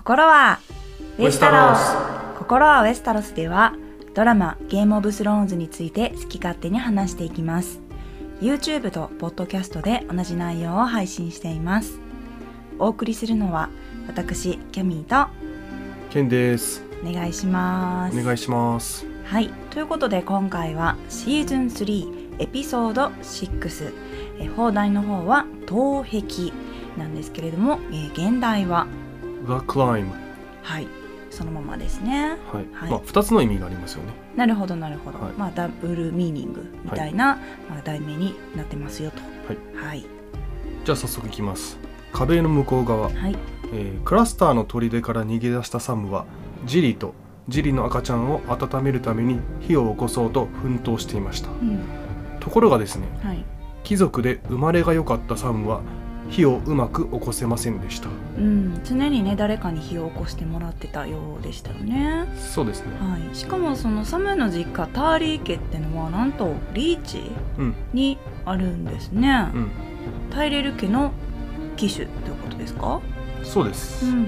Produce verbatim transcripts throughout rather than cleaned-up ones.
心はウェスタロス。 心はウェスタロスではドラマゲームオブスローンズについて好き勝手に話していきます。 YouTube とポッドキャストで同じ内容を配信しています。お送りするのは私キャミーとケンです。 お願いします。 お願いします。 はい、ということで今回はシーズンスリーエピソードろく、え放題の方は東壁なんですけれども、えー、現代は The Climb。 はい、そのままですね。 はい、 はい、 まあ、ふたつの意味がありますよね。 なるほどなるほど、 はい、 まあ、ダブルミーニングみたいな、はい、まあ、題名になってますよと。 はい、 はい、 じゃあ早速いきます。壁の向こう側、はい、えー、クラスターの砦から逃げ出したサムはジリとジリの赤ちゃんを温めるために火を起こそうと奮闘していました。うん、ところがですね、はい、貴族で生まれが良かったサムは火をうまく起こせませんでした。 うん、常にね誰かに火を起こしてもらってたようでしたよね。 そうですね、 はい、しかもそのサムの実家ターリー家ってのはなんとリーチにあるんですね。うん、タイレル家の騎手ということですか？ そうです。 うんうんうん、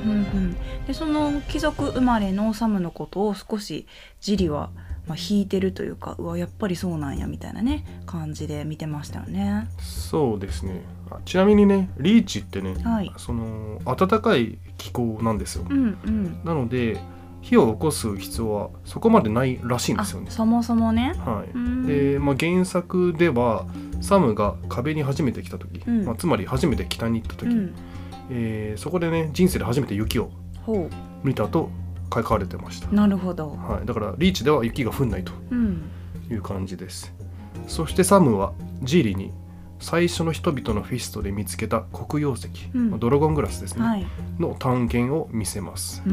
でその貴族生まれのサムのことを少しジリはまあ、引いてるというか、うわやっぱりそうなんやみたいなね感じで見てましたよね。 そうですね。あ、ちなみにねリーチってね、はい、その暖かい気候なんですよ。うんうん、なので火を起こす必要はそこまでないらしいんですよね。 そもそもね。 はい。で、まあ、原作ではサムが壁に初めて来た時、うん、まあ、つまり初めて北に行った時、うん、えー、そこでね人生で初めて雪を見たと書かれてました。 なるほど。 はい、だからリーチでは雪が降んないという感じです。うん、そしてサムはジリに最初の人々のフィストで見つけた黒曜石、うん、ドラゴングラスですね、はい、の探検を見せます。うん、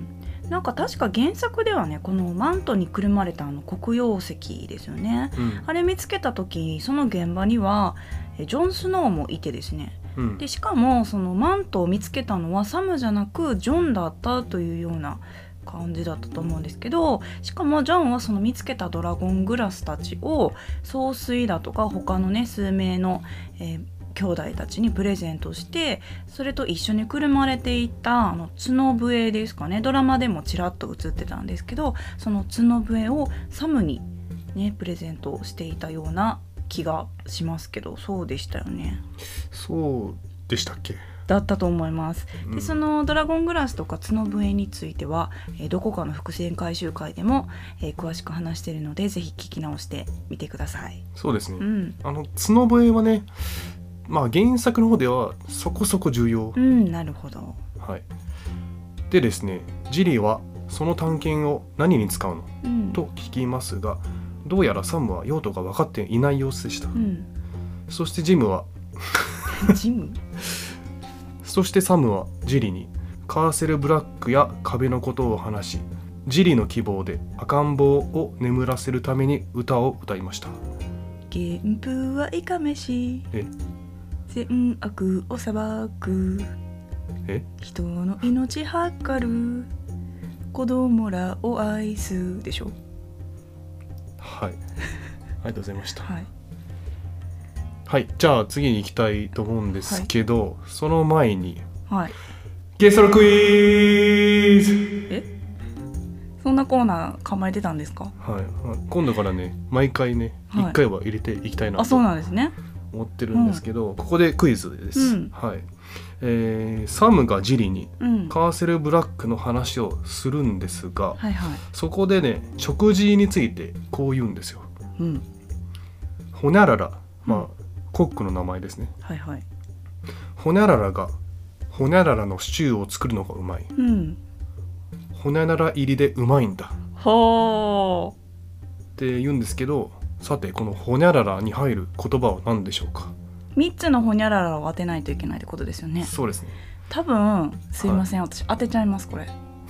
なんか確か原作ではねこのマントにくるまれたあの黒曜石ですよね。うん、あれ見つけた時その現場にはジョン・スノーもいてですね。うん、でしかもそのマントを見つけたのはサムじゃなくジョンだったというような感じだったと思うんですけど、しかもジョンはその見つけたドラゴングラスたちを総帥だとか他のね数名の、えー、兄弟たちにプレゼントして、それと一緒にくるまれていたあの角笛ですかね、ドラマでもちらっと映ってたんですけど、その角笛をサムにねプレゼントしていたような気がしますけど、そうでしたよね。 そうでしたっけ？ だったと思います。でそのドラゴングラスとか角笛については、えー、どこかの伏線回収会でも、えー、詳しく話しているのでぜひ聞き直してみてください。 そうですね、うん、あの角笛はね、まあ、原作の方ではそこそこ重要。 うん、なるほど。 はい、でですねジリーはその探検を何に使うの、うん、と聞きますが、どうやらサムは用途が分かっていない様子でした。うん、そしてジムはジムそしてサムはジリにカーセルブラックや壁のことを話し、ジリの希望で赤ん坊を眠らせるために歌を歌いました。 原風はいかめし善悪を裁く、 え人の命測る子供らを愛すでしょ。 はい、ありがとうございました。 はいはい、じゃあ次に行きたいと思うんですけど、はい、その前に、 はい、 ゲストのクイズ。 えそんなコーナー構えてたんですか？ はい、今度からね毎回ね、はい、いっかいは入れていきたいなと思ってるんですけど、うん、ここでクイズです。うん、はい、えー、サムがジリにカーセルブラックの話をするんですが、うん、はいはい、そこでね食事についてこう言うんですよ。うん、ホニャララ、まあ、うん、コックの名前ですね。 はいはい。 ホニャララがホニャララのシチューを作るのがうまい。うん。ホニャララ入りでうまいんだ。 はあ。 って言うんですけど、さてこのホニャララに入る言葉は何でしょうか？ みっつのホニャララを当てないといけないってことですよね。 そうですね。 多分すいません、はい、私当てちゃいますこれ。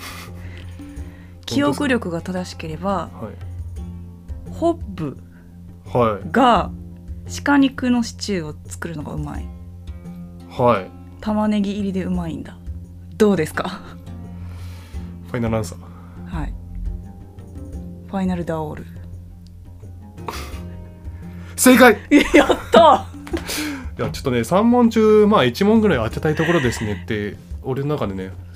記憶力が正しければ、はい、ホップが、はい、鹿肉のシチューを作るのがうまい。 はい。 玉ねぎ入りでうまいんだ。どうですか？ ファイナルアンサー。 はい。ファイナルダオール。 正解。 やったいやちょっとねさん問中まあいち問ぐらい当てたいところですねって俺の中でね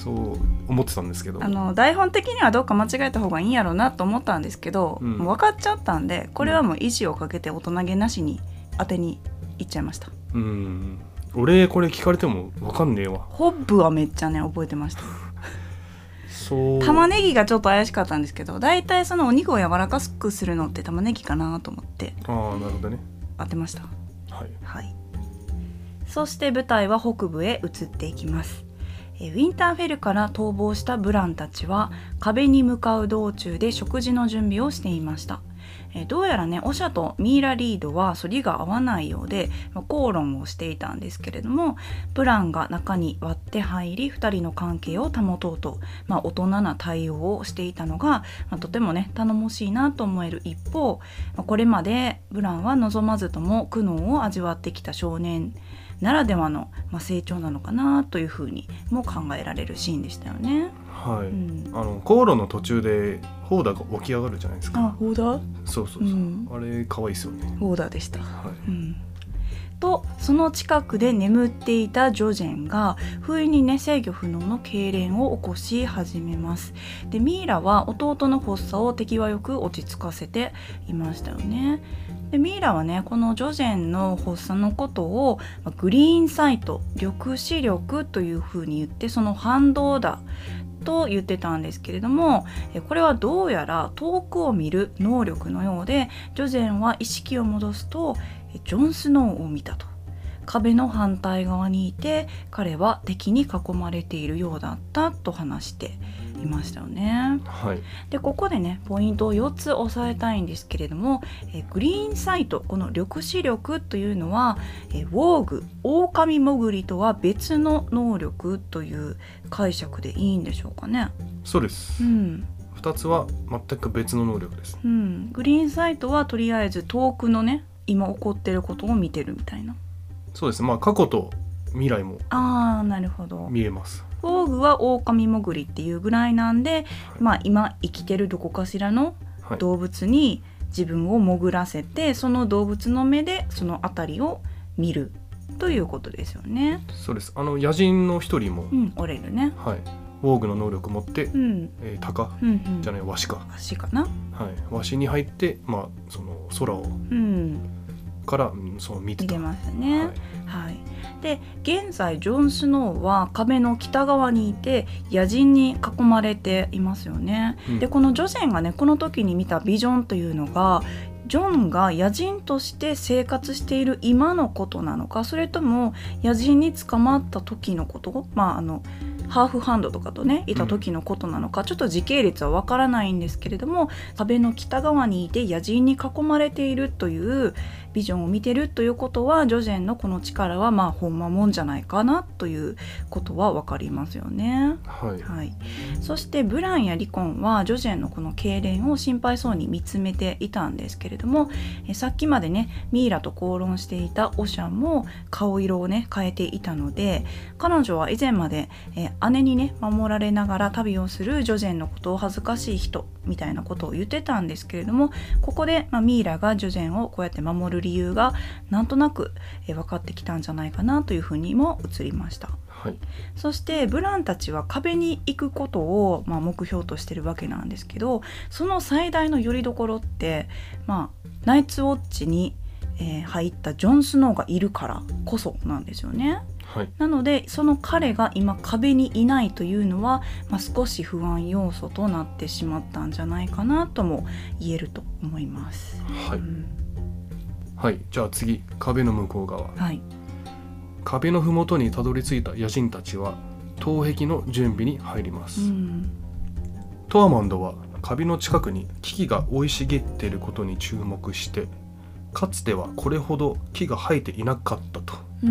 そう思ってたんですけど、 あの台本的にはどうか間違えた方がいいんやろうなと思ったんですけど、うん、もう分かっちゃったんで、これはもう意地をかけて大人げなしに当てにいっちゃいました。 うん、俺これ聞かれても分かんねえわ。 ホップはめっちゃね覚えてましたそう玉ねぎがちょっと怪しかったんですけど、だいたいそのお肉を柔らかくするのって玉ねぎかなと思ってああなるほどね当てました。 はい、 はい、そして舞台は北部へ移っていきます。ウィンターフェルから逃亡したブランたちは壁に向かう道中で食事の準備をしていました。どうやらねオシャとミイラ・リードは反りが合わないようで口論をしていたんですけれども、ブランが中に割って入りふたりの関係を保とうと、まあ、大人な対応をしていたのが、まあ、とてもね頼もしいなと思える一方、これまでブランは望まずとも苦悩を味わってきた少年ならではの、まあ、成長なのかなというふうにも考えられるシーンでしたよね。 はい、うん、あの口論の途中でホーダが起き上がるじゃないですか。 あ、ホーダ？ そうそうそう、うん、あれ可愛いですよね。 ホーダでした。 はい、 うん、とその近くで眠っていたジョジェンが不意にね制御不能の痙攣を起こし始めます。でミイラは弟の発作を手際よく落ち着かせていましたよね。でミイラはねこのジョジェンの発作のことをグリーンサイト、緑視力というふうに言って、その反動だと言ってたんですけれども、これはどうやら遠くを見る能力のようで、ジョジェンは意識を戻すとジョン・スノーを見たと。壁の反対側にいて彼は敵に囲まれているようだったと話していましたよね。 はい、 でここでねポイントをよっつ押さえたいんですけれども、えグリーンサイト、この緑視力というのはえウォーグ、狼潜りとは別の能力という解釈でいいんでしょうかね。 そうです、うん、ふたつは全く別の能力です、 うん、グリーンサイトはとりあえず遠くのね今起こってることを見てるみたいな。 そうです、まあ過去と未来もあーなるほど見えます。 ウォーグは狼潜りっていうぐらいなんで、はい、まあ今生きてるどこかしらの動物に自分を潜らせて、はい、その動物の目でその辺りを見るということですよね。 そうです。あの野人の一人も、 うん、おれるね、 はい、ウォーグの能力を持って、うんえー、鷹、うんうん、じゃないワシかワシかな、 はい、ワシに入って、まあ、その空を、うんから、うん、そう見てた。 見てますね、はいはい、で現在ジョン・スノーは壁の北側にいて野人に囲まれていますよね、うん、でこのジョジェンがねこの時に見たビジョンというのがジョンが野人として生活している今のことなのか、それとも野人に捕まった時のこと、まああのハーフハンドとかとねいた時のことなのか、うん、ちょっと時系列はわからないんですけれども、壁の北側にいて野人に囲まれているというビジョンを見てるということは、ジョジェンのこの力はまあほんまもんじゃないかなということはわかりますよね、 はいはい、そしてブランやリコンはジョジェンのこの痙攣を心配そうに見つめていたんですけれども、えさっきまでねミイラと口論していたオシャも顔色をね変えていたので、彼女は以前まで、え姉にね守られながら旅をするジョジェンのことを恥ずかしい人みたいなことを言ってたんですけれども、ここで、まあ、ミイラがジョジェンをこうやって守る理由がなんとなく、え分かってきたんじゃないかなというふうにも映りました、 はい、 そしてブランたちは壁に行くことを、まあ、目標としてるわけなんですけど、その最大の拠り所って、まあ、ナイツウォッチに、えー、入ったジョン・スノーがいるからこそなんですよね。 はい、 なのでその彼が今壁にいないというのは、まあ、少し不安要素となってしまったんじゃないかなとも言えると思います。 はい、うんはい、じゃあ次壁の向こう側、 はい、 壁のふもとにたどり着いた野人たちは投壁の準備に入ります、うん、トアマンドは壁の近くに木々が生い茂っていることに注目して、かつてはこれほど木が生えていなかったと、うん、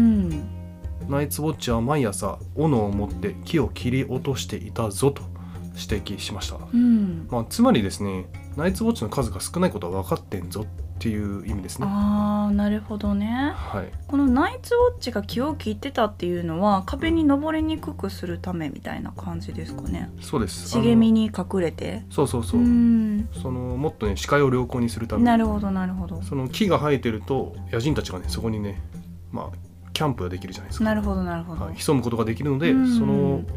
ナイツウォッチは毎朝斧を持って木を切り落としていたぞと指摘しました、うんまあ、つまりですねナイツウォッチの数が少ないことは分かってんぞっていう意味ですね。 あーなるほどね、 はい、 このナイツウォッチが木を切ってたっていうのは壁に登りにくくするためみたいな感じですかね。 そうです、 茂みに隠れて、 そうそうそう、うんそのもっとね視界を良好にするために、 なるほどなるほど、 その木が生えてると野人たちがねそこにねまあキャンプができるじゃないですか。 なるほどなるほど、 はい、潜むことができるので、その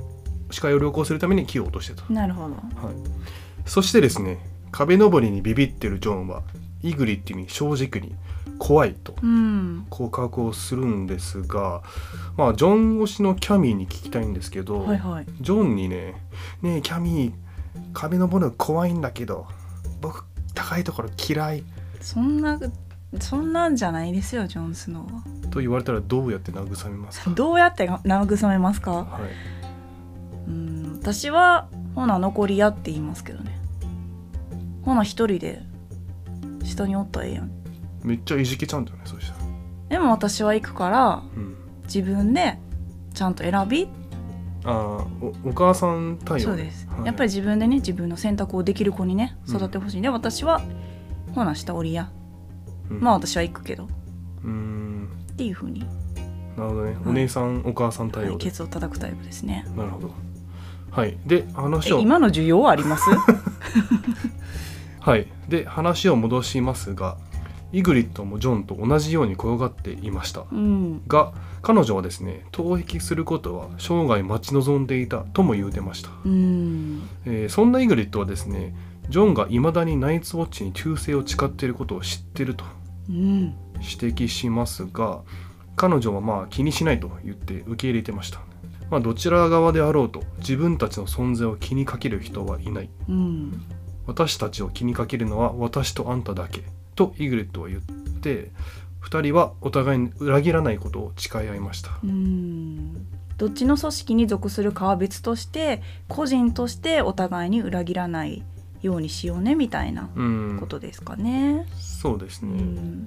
視界を良好するために木を落としてた。 なるほど、はい、 そしてですね、壁登りにビビってるジョンはイグリッドに正直に怖いと告白をするんですが、うん、まあジョン推しのキャミーに聞きたいんですけど、はいはい、ジョンにね「ねえキャミー、壁登るの怖いんだけど僕高いところ嫌い」 そんなそんなんじゃないですよジョンスノーは。 と言われたらどうやって慰めますか？ どうやって慰めますか？はい、うん、私はほな残りやって言いますけどね。ほな一人で下におったらええやん。 めっちゃいじけちゃうんだよね、そうしたら。 でも私は行くから、うん、自分でちゃんと選び。 ああ、お、お母さん対応。 そうです、はい、やっぱり自分でね自分の選択をできる子にね育ってほしいんで、うん、私はほな下降りや、うん、まあ私は行くけどうーんっていう風に。 なるほどね、はい、お姉さんお母さん対応で、はい、 ケツを叩くタイプですね。 なるほど。はい、で話を今の需要はありますはい、で話を戻しますが、イグリッドもジョンと同じように転がっていました、うん、が彼女はですね、逃避することは生涯待ち望んでいたとも言うてました、うんえー、そんなイグリッドはですね、ジョンが未だにナイツウォッチに忠誠を誓っていることを知っていると指摘しますが、彼女はまあ気にしないと言って受け入れてました。まあ、どちら側であろうと自分たちの存在を気にかける人はいない、うん、私たちを気にかけるのは私とあんただけとイグリッドは言って、ふたりはお互いに裏切らないことを誓い合いました。 うん、どっちの組織に属するかは別として個人としてお互いに裏切らないようにしようねみたいなことですかね、うん、 そうですね、うん、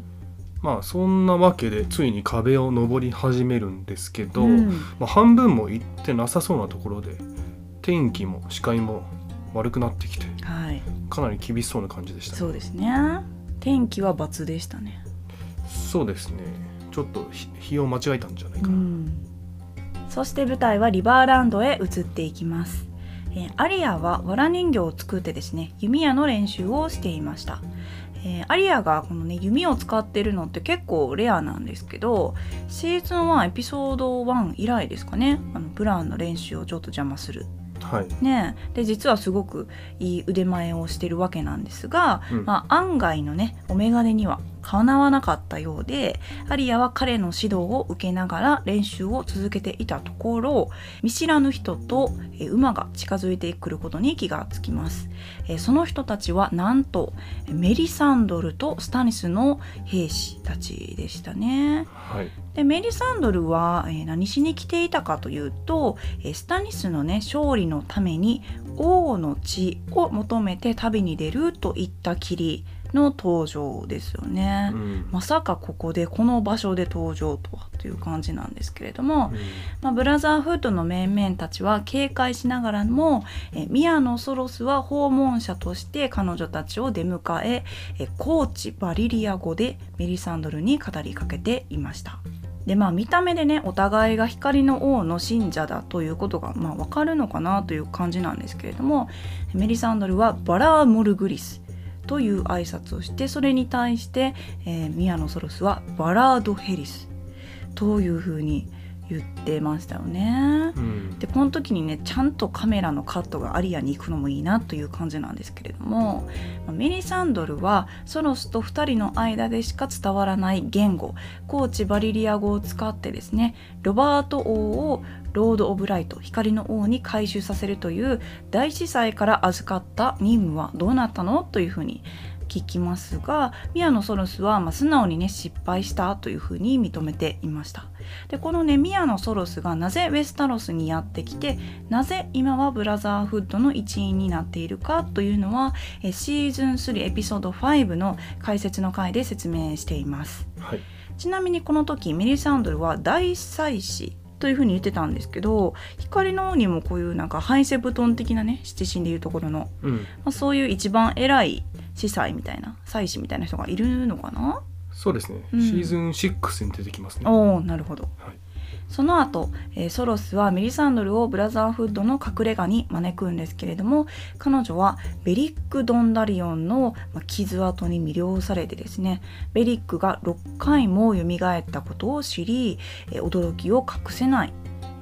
まあそんなわけでついに壁を登り始めるんですけど、うんまあ、半分も行ってなさそうなところで天気も視界も悪くなってきて、はい、かなり厳しそうな感じでしたね。 そうですね、天気は×でしたね。 そうですね、ちょっと日を間違えたんじゃないかな、うん、 そして舞台はリバーランドへ移っていきます。えー、アリアは藁人形を作ってですね、弓矢の練習をしていました。えー、アリアがこのね弓を使ってるのって結構レアなんですけど、シーズンワンエピソードワン以来ですかね、あのブランの練習をちょっと邪魔する、はいね、で実はすごくいい腕前をしてるわけなんですが、うんまあ、案外のねお眼鏡にはかなわなかったようで、アリアは彼の指導を受けながら練習を続けていたところ、見知らぬ人と馬が近づいてくることに気がつきます。その人たちはなんとメリサンドルとスタニスの兵士たちでしたね、はい、でメリサンドルは何しに来ていたかというと、スタニスのね勝利のために王の血を求めて旅に出るといったきりの登場ですよね、うん、まさかここでこの場所で登場とはという感じなんですけれども、うんまあ、ブラザーフッドの面々たちは警戒しながらもえミアノソロスは訪問者として彼女たちを出迎ええコーチバリリア語でメリサンドルに語りかけていました。でまあ、見た目でねお互いが光の王の信者だということが、まあ、分かるのかなという感じなんですけれども、メリサンドルはバラーモルグリスという挨拶をして、それに対して、えー、ミアノソロスはバラードヘリスというふうに言ってましたよね、うん、でこの時にねちゃんとカメラのカットがアリアに行くのもいいなという感じなんですけれども、メリサンドルはソロスとふたりの間でしか伝わらない言語コーチバリリア語を使ってですね、ロバート王をロード・オブ・ライト光の王に改宗させるという大司祭から預かった任務はどうなったのというふうに聞きますが、ミアノソロスはまあ素直にね失敗したというふうに認めていました。でこのねミアノソロスがなぜウェスタロスにやってきて、なぜ今はブラザーフッドの一員になっているかというのはえシーズンスリーエピソードファイブの解説の回で説明しています、はい、ちなみにこの時メリサンドルは大祭司というふうに言ってたんですけど、光の王にもこういうなんかハイセブトン的なね七神でいうところの、うんまあ、そういう一番偉い司祭みたいな祭司みたいな人がいるのかな。 そうですね、うん、シーズンシックスに出てきますね。 おーなるほど、はい、その後、えー、ソロスはメリサンドルをブラザーフッドの隠れ家に招くんですけれども、彼女はベリック・ドンダリオンの、まあ、傷跡に魅了されてですね、ベリックがろっかいも蘇ったことを知り、えー、驚きを隠せない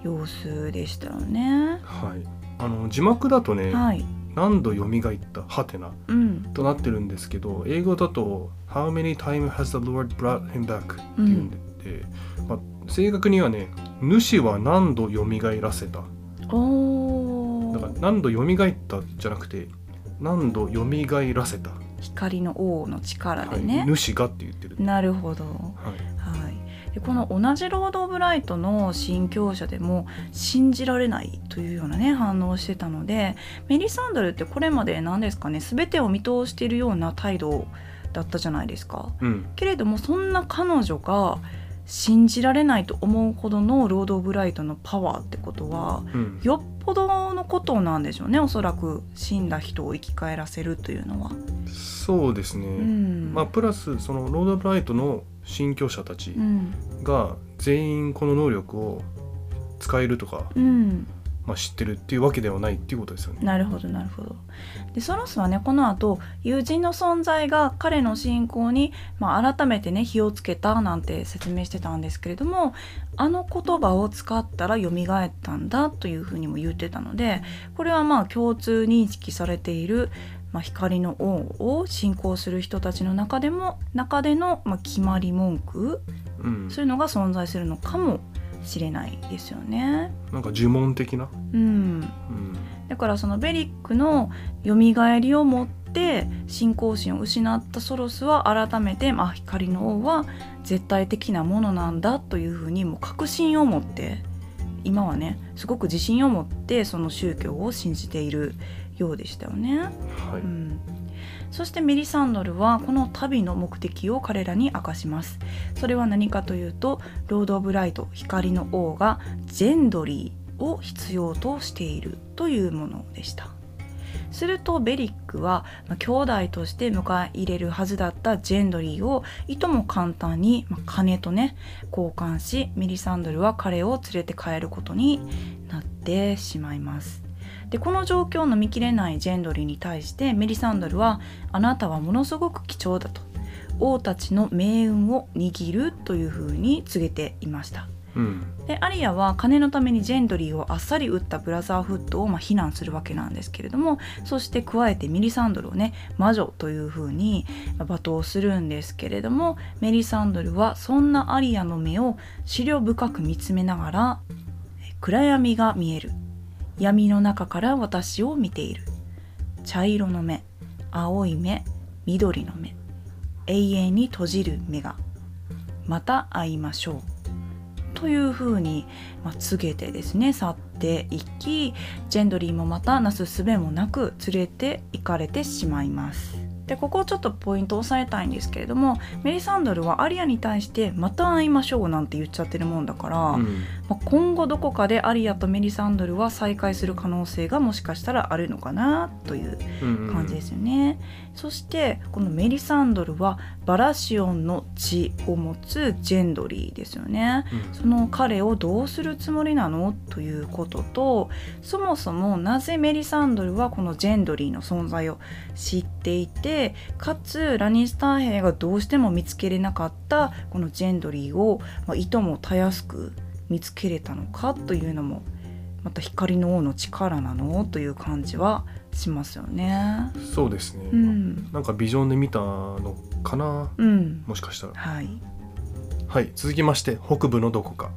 様子でしたよね。 はい、あの字幕だとね、はい、何度蘇ったハテナ、うん、となってるんですけど、英語だと How many times has the Lord brought him back っていうんで、うんまあ、正確にはね、主は何度蘇らせた。おだから何度蘇ったじゃなくて何度蘇らせた。 光の王の力でね、 はい、主がって言ってる。 なるほど、はいはい、でこの同じロード・オブ・ライトの新教者でも信じられないというようなね反応をしてたので、メリサンドルってこれまで何ですかね、全てを見通しているような態度だったじゃないですか、うん、けれどもそんな彼女が信じられないと思うほどのロード・オブ・ライトのパワーってことは、うん、よっぽどのことなんでしょうね。おそらく死んだ人を生き返らせるというのは。 そうですね、うんまあ、プラスそのロード・オブ・ライトの新教者たちが全員この能力を使えるとか、うんまあ、知ってるっていうわけではないっていうことですよね。 なるほどなるほど。でソロスはねこの後友人の存在が彼の信仰に、まあ、改めてね火をつけたなんて説明してたんですけれども、あの言葉を使ったら蘇ったんだというふうにも言ってたので、これはまあ共通認識されている、まあ、光の王を信仰する人たちの中でも中での、まあ、決まり文句、うん、そういうのが存在するのかもしれないですよね。 なんか呪文的な、うんうん、 だからそのベリックの蘇りをもって信仰心を失ったソロスは改めて、まあ、光の王は絶対的なものなんだというふうにもう確信を持って、今はねすごく自信を持ってその宗教を信じているようでしたよね、はいうん、そしてメリサンドルはこの旅の目的を彼らに明かします。それは何かというと、ロード・オブ・ライト光の王がジェンドリーを必要としているというものでした。するとベリックは、まあ、兄弟として迎え入れるはずだったジェンドリーをいとも簡単に、まあ、金とね交換し、メリサンドルは彼を連れて帰ることになってしまいます。でこの状況を飲みきれないジェンドリーに対してメリサンドルは、あなたはものすごく貴重だと、王たちの命運を握るというふうに告げていました、うん、でアリアは金のためにジェンドリーをあっさり撃ったブラザーフットをまあ非難するわけなんですけれども、そして加えてメリサンドルをね魔女というふうに罵倒するんですけれども、メリサンドルはそんなアリアの目を思慮深く見つめながら、暗闇が見える、闇の中から私を見ている、茶色の目、青い目、緑の目、永遠に閉じる目が、また会いましょうというふうに、まあ、告げてですね去っていき、ジェンドリーもまたなすすべもなく連れて行かれてしまいます。でここをちょっとポイントを押さえたいんですけれども、メリサンドルはアリアに対してまた会いましょうなんて言っちゃってるもんだから、うんまあ、今後どこかでアリアとメリサンドルは再会する可能性がもしかしたらあるのかなという感じですよね、うんうん、そしてこのメリサンドルはバラシオンの血を持つジェンドリーですよね、うん、その彼をどうするつもりなのということと、そもそもなぜメリサンドルはこのジェンドリーの存在を知っていて、かつラニスター兵がどうしても見つけれなかったこのジェンドリーを、まあ、いともたやすく見つけれたのかというのもまた光の王の力なのという感じはしますよね。 そうですね、うん、なんかビジョンで見たのかな、うん、もしかしたら、はい、はい、続きまして北部のどこか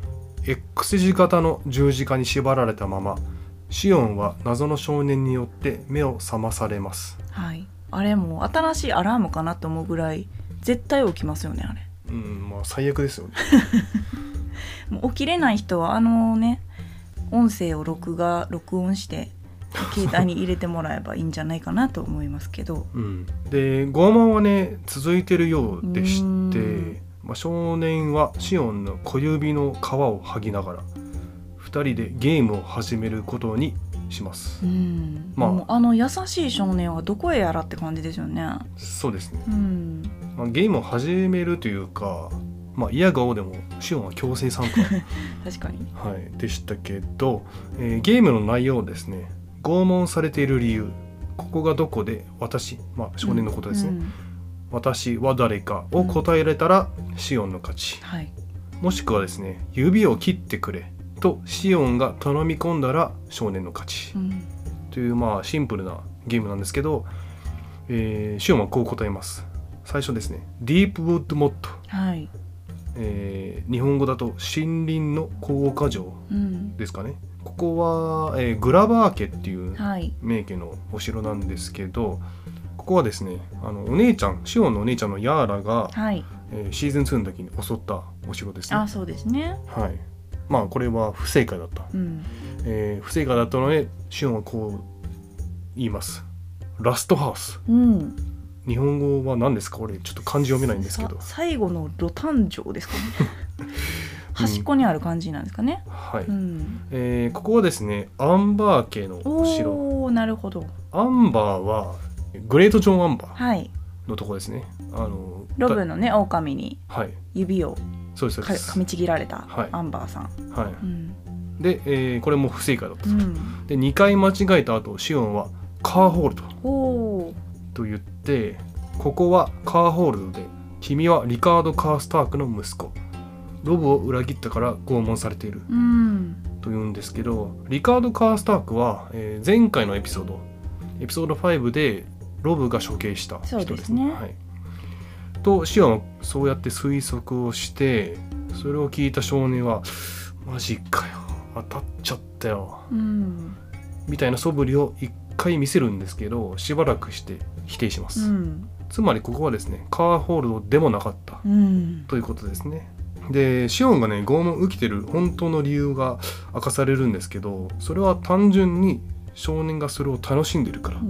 X 字型の十字架に縛られたままシオンは謎の少年によって目を覚まされます。 はい、あれも新しいアラームかなと思うぐらい絶対起きますよねあれ。 うんまあ最悪ですよねもう起きれない人はあのね音声を録画録音して携帯に入れてもらえばいいんじゃないかなと思いますけど、 うん、で拷問はね続いてるようでして、まあ、少年はシオンの小指の皮を剥ぎながらふたりでゲームを始めることにします。うん、 まあ、もうあの優しい少年はどこへやらって感じですよね。 そうですね、うんまあ、ゲームを始めるというか、まあ、嫌顔でもシオンは強制参加確かに、 はい、でしたけど、えー、ゲームの内容ですね、拷問されている理由、ここがどこで私、まあ、少年のことですね、うんうん、私は誰かを答えられたらシオンの勝ち、うんはい、もしくはですね指を切ってくれとシオンが頼み込んだら少年の勝ち、うん、というまあシンプルなゲームなんですけど、えー、シオンはこう答えます。最初ですね、ディープウッドモッド、はい、えー、日本語だと森林の高架城ですかね、うん、ここは、えー、グラバー家っていう名家のお城なんですけど、はい、ここはですね、あのお姉ちゃんシオンのお姉ちゃんのヤーラが、はい、えー、シーズンツーの時に襲ったお城ですね。 あ、そうですね。 はい。まあこれは不正解だった、うん、えー、不正解だったのでシオンはこう言います。ラストハウス、うん、日本語は何ですか？これちょっと漢字読めないんですけど、 最後のロタン城ですかね端っこにある感じなんですかね、 うん、はい、うん、えー、ここはですねアンバー家のお城。 おー、なるほど。 アンバーはグレートジョン・アンバーのとこですね、はい、あのロブのね狼に指を、はい、 そうですそうです噛みちぎられたアンバーさん、 はい、はい、うん、で、えー、これも不正解だった、うん、でにかい間違えた後シオンはカーホールドと言って、ここはカーホールドで君はリカード・カースタークの息子、ロブを裏切ったから拷問されている、うん、と言うんですけど、リカード・カースタークは、えー、前回のエピソードエピソードファイブでロブが処刑した人ですね。そうですね、はい、とシオンはそうやって推測をして、それを聞いた少年はマジかよ、当たっちゃったよ、うん、みたいな素振りを一回見せるんですけど、しばらくして否定します、うん、つまりここはですねカーホールドでもなかった、うん、ということですね。でシオンがね拷問を受けてる本当の理由が明かされるんですけど、それは単純に少年がそれを楽しんでいるから、うん、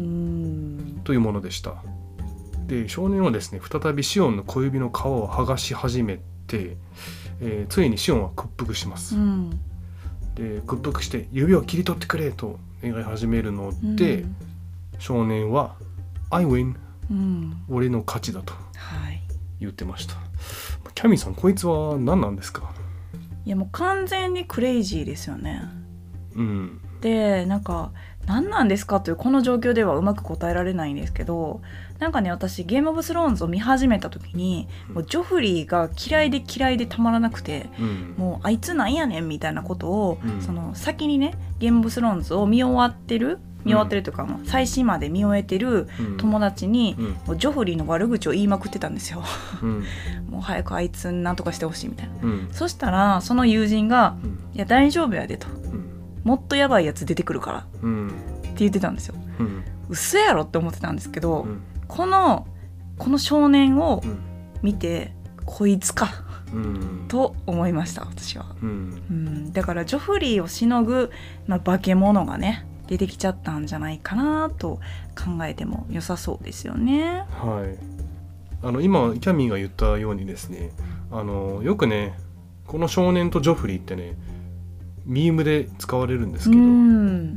というものでした。で少年はですね再びシオンの小指の皮を剥がし始めて、えー、ついにシオンは屈服します、うん、で屈服して指を切り取ってくれと願い始めるので、うん、少年は I win、うん、俺の勝ちだと言ってました、はい、キャミーさんこいつは何なんですか？ いやもう完全にクレイジーですよね、うん、でなんか何なんですかというこの状況ではうまく答えられないんですけど、なんかね私ゲームオブスローンズを見始めた時に、うん、もうジョフリーが嫌いで嫌いでたまらなくて、うん、もうあいつなんやねんみたいなことを、うん、その先にねゲームオブスローンズを見終わってる見終わってるというか、もう最新まで見終えてる友達に、うん、もうジョフリーの悪口を言いまくってたんですよ、うん、もう早くあいつなんとかしてほしいみたいな、うん、そしたらその友人が、うん、いや大丈夫やでと、もっとやばいやつ出てくるから、うん、って言ってたんですよ、うん、嘘やろって思ってたんですけど、うん、このこの少年を見て、うん、こいつか、うん、と思いました私は、うんうん、だからジョフリーをしのぐ、まあ、化け物がね出てきちゃったんじゃないかなと考えても良さそうですよね。 はい、あの今キャミーが言ったようにですね、あのよくねこの少年とジョフリーってねミームで使われるんですけど、うん、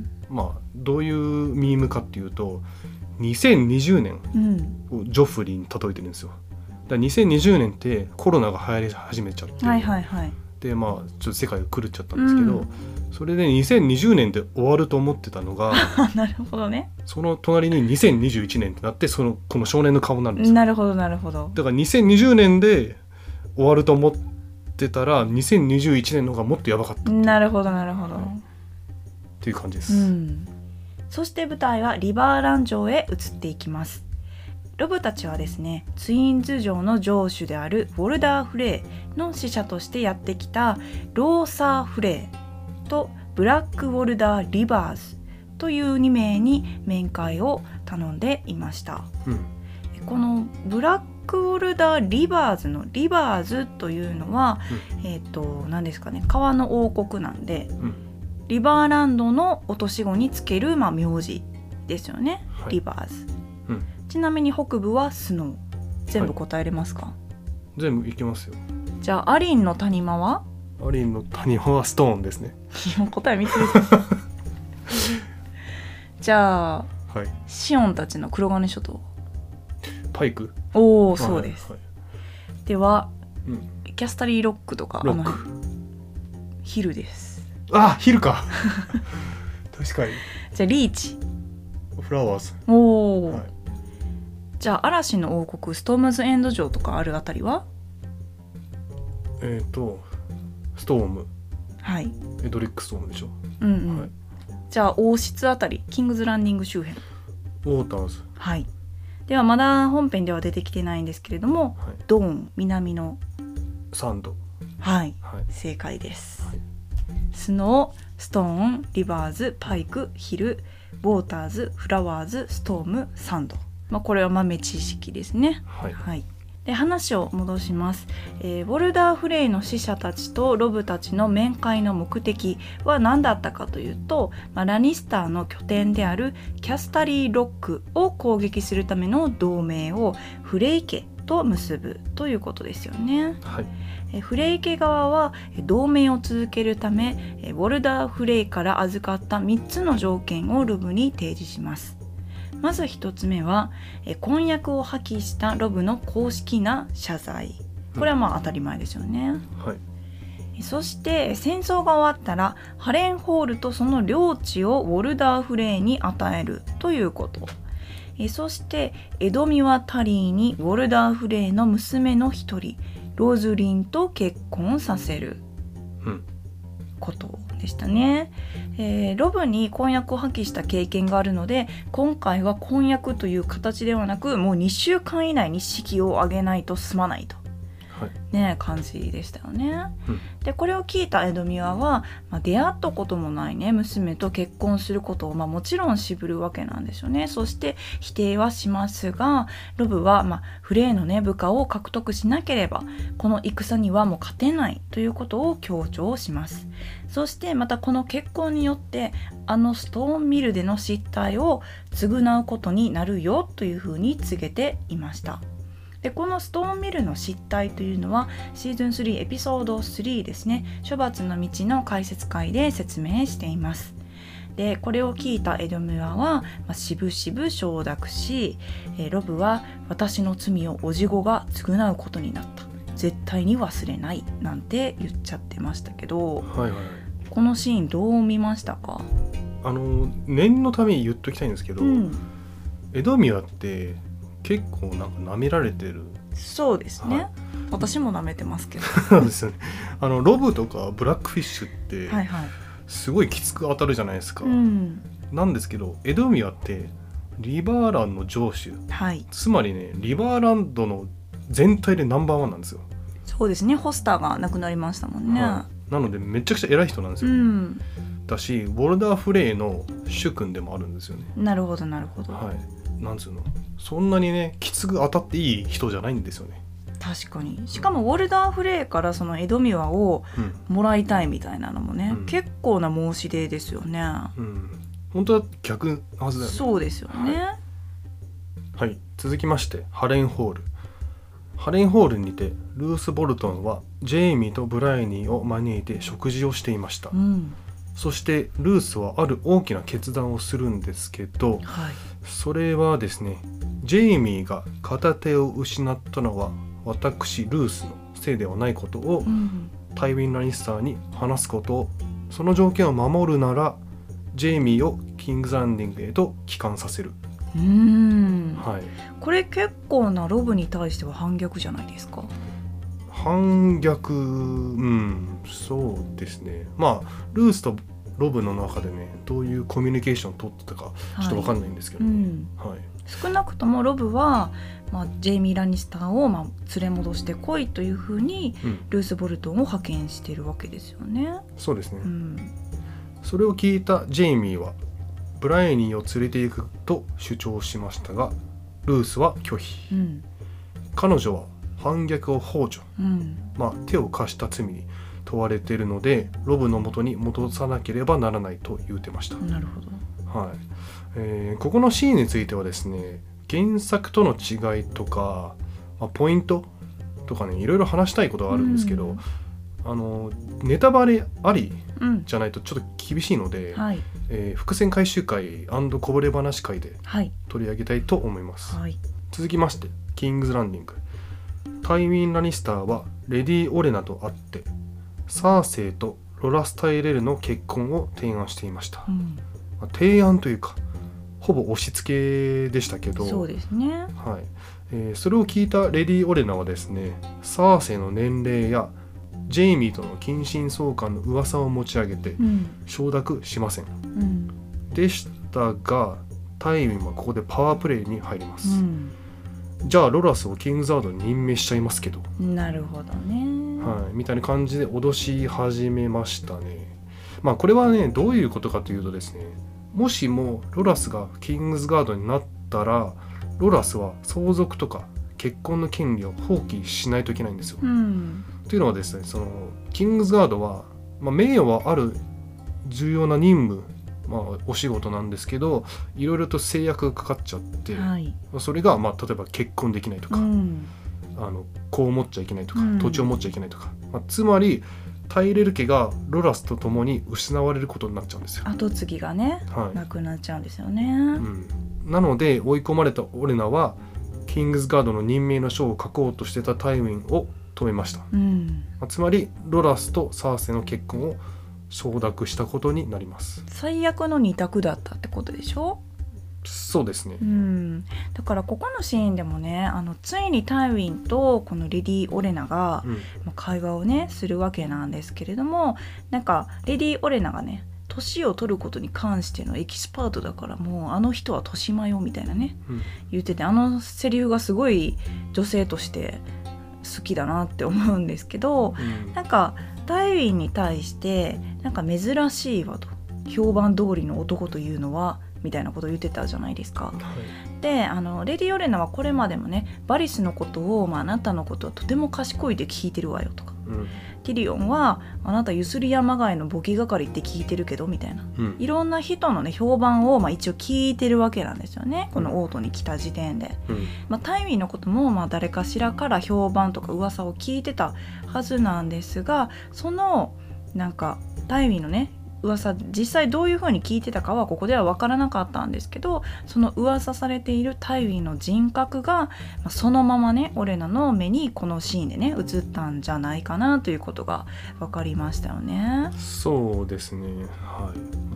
まあどういうミームかっていうとにせんにじゅうねんをジョフリーに例えてるんですよ。だからにせんにじゅうねんってコロナが流行り始めちゃって、はいはいはい、でまあちょっと世界が狂っちゃったんですけど、うん、それでにせんにじゅうねんで終わると思ってたのがなるほどね、 その隣ににせんにじゅういちねんってなって、そのこの少年の顔になるんですよ。 なるほどなるほど。 だからにせんにじゅうねんで終わると思ってたらにせんにじゅういちねんの方がもっとやばかったっていう。 なるほどなるほど、はい、 っていう感じです、うん、 そして舞台はリバーラン城へ移っていきます。ロブたちはですねツインズ城の城主であるウォルダー・フレイの使者としてやってきたローサー・フレイとブラック・ウォルダー・リバーズというにめいに面会を頼んでいました、うん、このブラック・ウォルダー・リバーズのリバーズというのは、うん、えっと何ですかね、川の王国なんで、うん、リバーランドの落とし子につける、まあ、名字ですよね、はい、リバーズ、うん、ちなみに北部はスノー。全部答えれますか？はい、 全部いきますよ。 じゃあアリンの谷間は？ アリンの谷間はストーンですね。 もう答え見つけてじゃあ、はい、シオンたちの黒金諸島パイク。 おお、そうです、はいはい、では、うん、キャスタリーロックとかロック、 あのヒルです。 あ、ヒルか確かに。 じゃあリーチ。 フラワーズ。 おお、はい、じゃあ嵐の王国ストームズエンド城とかあるあたりは？ えっ、ー、とストーム。 はい、 エドリックストームでしょ。 うんうん、はい、じゃあ王室あたり、キングズランディング周辺、 ウォーターズ。 はい。ではまだ本編では出てきてないんですけれども、はい、ドーン、南のサンド、 はい、はい、正解です、はい。スノー、ストーン、リバーズ、パイク、ヒル、ウォーターズ、フラワーズ、ストーム、サンド、まあ、これは豆知識ですね。 はい、はい。 で話を戻します、えー、ウォルダーフレイの使者たちとロブたちの面会の目的は何だったかというと、まあ、ラニスターの拠点であるキャスタリーロックを攻撃するための同盟をフレイ家と結ぶということですよね。 はい、 えー、フレイ家側は同盟を続けるためウォルダーフレイから預かったみっつの条件をロブに提示します。まず一つ目は婚約を破棄したロブの公式な謝罪。これはまあ当たり前ですよね、 はい、 そして戦争が終わったらハレンホールとその領地をウォルダーフレイに与えるということ。そしてエドミワ・タリーにウォルダーフレイの娘の一人ローズリンと結婚させることでしたね。えー、ロブに婚約を破棄した経験があるので、今回は婚約という形ではなくもうにしゅうかん以内に式を挙げないと済まないと、はい、ね、感じでしたよね、うん、でこれを聞いたエドミワは、まあ、出会ったこともないね娘と結婚することを、まあ、もちろん渋るわけなんですよね。そして否定はしますが、ロブは、まあ、フレイの、ね、部下を獲得しなければこの戦にはもう勝てないということを強調します。そしてまたこの結婚によってあのストーンミルでの失態を償うことになるよというふうに告げていました。でこのストーンミルの失態というのはシーズンスリーエピソードスリーですね、処罰の道の解説会で説明しています。でこれを聞いたエドミワは、まあ、しぶしぶ承諾し、えー、ロブは私の罪をおじごが償うことになった、絶対に忘れないなんて言っちゃってましたけど、 はいはい、 このシーンどう見ましたか？ あの念のために言っときたいんですけど、うん、エドミワって結構なんか舐められてる。 そうですね、はい、私も舐めてますけどそうですよね。あのロブとかブラックフィッシュってすごいきつく当たるじゃないですか、はいはい、なんですけどエドミワってリバーランの城主、はい、つまりねリバーランドの全体でナンバーワンなんですよ。 そうですね、ホスターが亡くなりましたもんね、はい、なのでめちゃくちゃ偉い人なんですよ、うん、だしウォルダーフレイの主君でもあるんですよね。 なるほどなるほど、 はい、なんつうのそんなにねきつく当たっていい人じゃないんですよね。 確かに。しかもウォルダーフレイからそのエドミワをもらいたいみたいなのもね、うん、結構な申し出ですよね、 うん、本当は逆なはずだよね。 そうですよね、 はいはい、続きましてハレンホール。ハレンホールにてルース・ボルトンはジェイミーとブライニーを招いて食事をしていました、うん、そしてルースはある大きな決断をするんですけど、はい、それはですね、ジェイミーが片手を失ったのは私ルースのせいではないことを、うん、タイウィン・ラニスターに話すことを、その条件を守るならジェイミーをキングズランディングへと帰還させる。 うーん、はい、これ結構なロブに対しては反逆じゃないですか？ 反逆、うん、そうですね。まあルースとロブの中でねどういうコミュニケーションを取ってたかちょっと分かんないんですけど、はいうんはい、 少なくともロブは、まあ、ジェイミー・ラニスターを、まあ、連れ戻してこいというふうに、うん、ルース・ボルトンを派遣しているわけですよね。 そうですね、うん、それを聞いたジェイミーはブライニーを連れて行くと主張しましたがルースは拒否、うん、彼女は反逆を幇助、うんまあ、手を貸した罪に問われているのでロブの元に戻さなければならないと言ってました。 なるほど、 はいえー、ここのシーンについてはですね原作との違いとか、まあ、ポイントとかねいろいろ話したいことがあるんですけど、うんあのネタバレありじゃないとちょっと厳しいので、うんはいえー、伏線回収会&こぼれ話会で取り上げたいと思います、はい、続きましてキングズランディング。タイウィン・ラニスターはレディ・オレナと会ってサーセイとロラス・タイレルの結婚を提案していました、うんまあ、提案というかほぼ押し付けでしたけどそうですね、 はいえー、それを聞いたレディ・オレナはですねサーセイの年齢やジェイミーとの近親相関の噂を持ち上げて承諾しません、うん、でしたがタイウィンはここでパワープレイに入ります、うん、じゃあロラスをキングズガードに任命しちゃいますけど、 なるほどね、 はい、みたいな感じで脅し始めましたね。まあこれはねどういうことかというとですね、もしもロラスがキングズガードになったらロラスは相続とか結婚の権利を放棄しないといけないんですよ、うん、というのはですね、そのキングズガードは、まあ、名誉はある重要な任務、まあ、お仕事なんですけどいろいろと制約がかかっちゃって、はい、それが、まあ、例えば結婚できないとか、うん、あの子を持っちゃいけないとか、うん、土地を持っちゃいけないとか、まあ、つまりタイレル家がロラスと共に失われることになっちゃうんですよ。 後継ぎがね、はい、なくなっちゃうんですよね、うん、 なので追い込まれたオレナはキングズガードの任命の書を書こうとしてたタイウィンを止めました、うんまあ、つまりロラスとサーセの結婚を承諾したことになります。 最悪の二択だったってことでしょ。 そうですね、 うん、だからここのシーンでもね、あのついにタイウィンとこのレディ・オレナが、うん、会話をねするわけなんですけれども、なんかレディ・オレナがね年を取ることに関してのエキスパートだから、もうあの人は年前よみたいなね、うん、言ってて、あのセリフがすごい女性として好きだなって思うんですけど、うん、なんかタイウィンに対してなんか珍しいわと、評判通りの男というのはみたいなことを言ってたじゃないですか、はい、であのレディ・オレナはこれまでもねバリスのことを、まあ、あなたのことはとても賢いって聞いてるわよとか、うん、ティリオンはあなたゆすり山街の簿記係って聞いてるけどみたいな、うん、いろんな人のね評判を、まあ、一応聞いてるわけなんですよね、このオートに来た時点で、うんまあ、タイミーのことも、まあ、誰かしらから評判とか噂を聞いてたはずなんですが、そのなんかタイミーのね噂実際どういう風に聞いてたかはここでは分からなかったんですけど、その噂されているタイウィンの人格がそのままねオレナの目にこのシーンでね映ったんじゃないかなということが分かりましたよね。 そうですね、はい、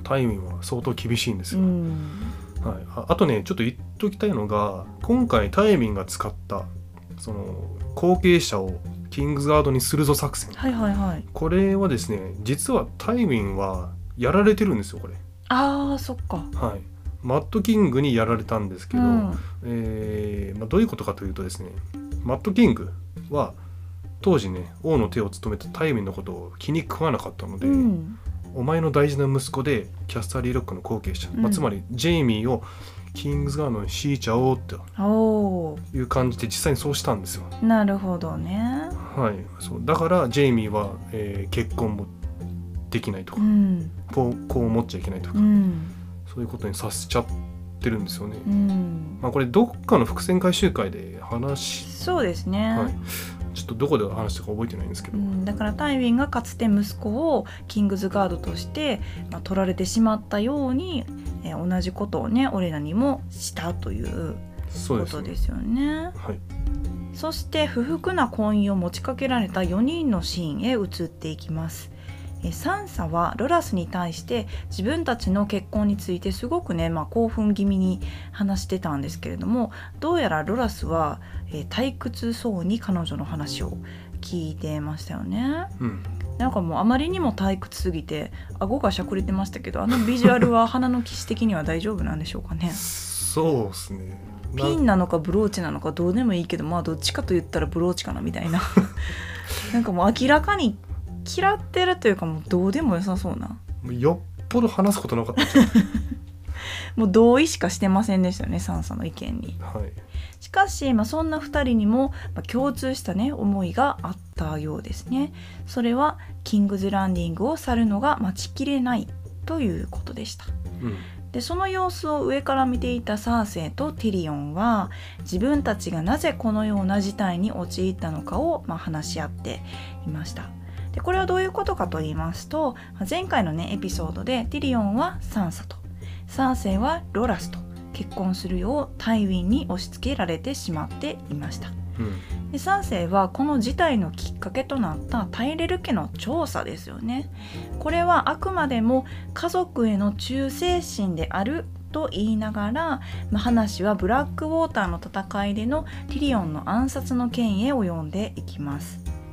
タイウィンは相当厳しいんですよ、うんはい、あ, あとねちょっと言っときたいのが、今回タイウィンが使ったその後継者をキングズガードにするぞ作戦、 はいはいはい、 これはですね実はタイウィンはやられてるんですよこれ。 あーそっか、 はい、マッドキングにやられたんですけど、うんえーまあ、どういうことかというとですね、マッドキングは当時ね王の手を務めたタイウィンのことを気に食わなかったので、うん、お前の大事な息子でキャスターリーロックの後継者、うんまあ、つまりジェイミーをキングズガードに敷いちゃおうっていう感じで実際にそうしたんですよ。 なるほどね、 はい、そうだからジェイミーは、えー、結婚もできないとか、うん、こう、こう持っちゃいけないとか、うん、そういうことにさせちゃってるんですよね、うんまあ、これどっかの伏線回収会で話そうですね、はい、 ちょっとどこで話したか覚えてないんですけど、うん、 だからタイウィンがかつて息子をキングズガードとして、まあ、取られてしまったように、えー、同じことをねオレナにもしたということですよね。はい、そして不服な婚姻を持ちかけられたよにんのシーンへ移っていきます。サンサはロラスに対して自分たちの結婚についてすごくね、まあ、興奮気味に話してたんですけれども、どうやらロラスは、えー、退屈そうに彼女の話を聞いてましたよね、うん、なんかもうあまりにも退屈すぎて顎がしゃくれてましたけど、あのビジュアルは花の騎士的には大丈夫なんでしょうかね。 そうですね、 ピンなのかブローチなのかどうでもいいけど、まあどっちかと言ったらブローチかなみたいななんかもう明らかに嫌ってるというか、もうどうでもよさそうな、 よっぽど話すことなかったもう同意しかしてませんでしたよね、サンサの意見に、 はい、 しかし、まあ、そんなふたりにも、まあ、共通したね思いがあったようですね。それはキングズランディングを去るのが待ちきれないということでした、うんでその様子を上から見ていたサーセイとティリオンは自分たちがなぜこのような事態に陥ったのかを、まあ、話し合っていました。でこれはどういうことかと言いますと、前回のねエピソードでティリオンはサンサとサーセイはロラスと結婚するようタイウィンに押し付けられてしまっていました、うん、でサーセイはこの事態のきっかけとなったタイレル家の調査ですよね。これはあくまでも家族への忠誠心であると言いながら、まあ、話はブラックウォーターの戦いでのティリオンの暗殺の件へ及んでいきます。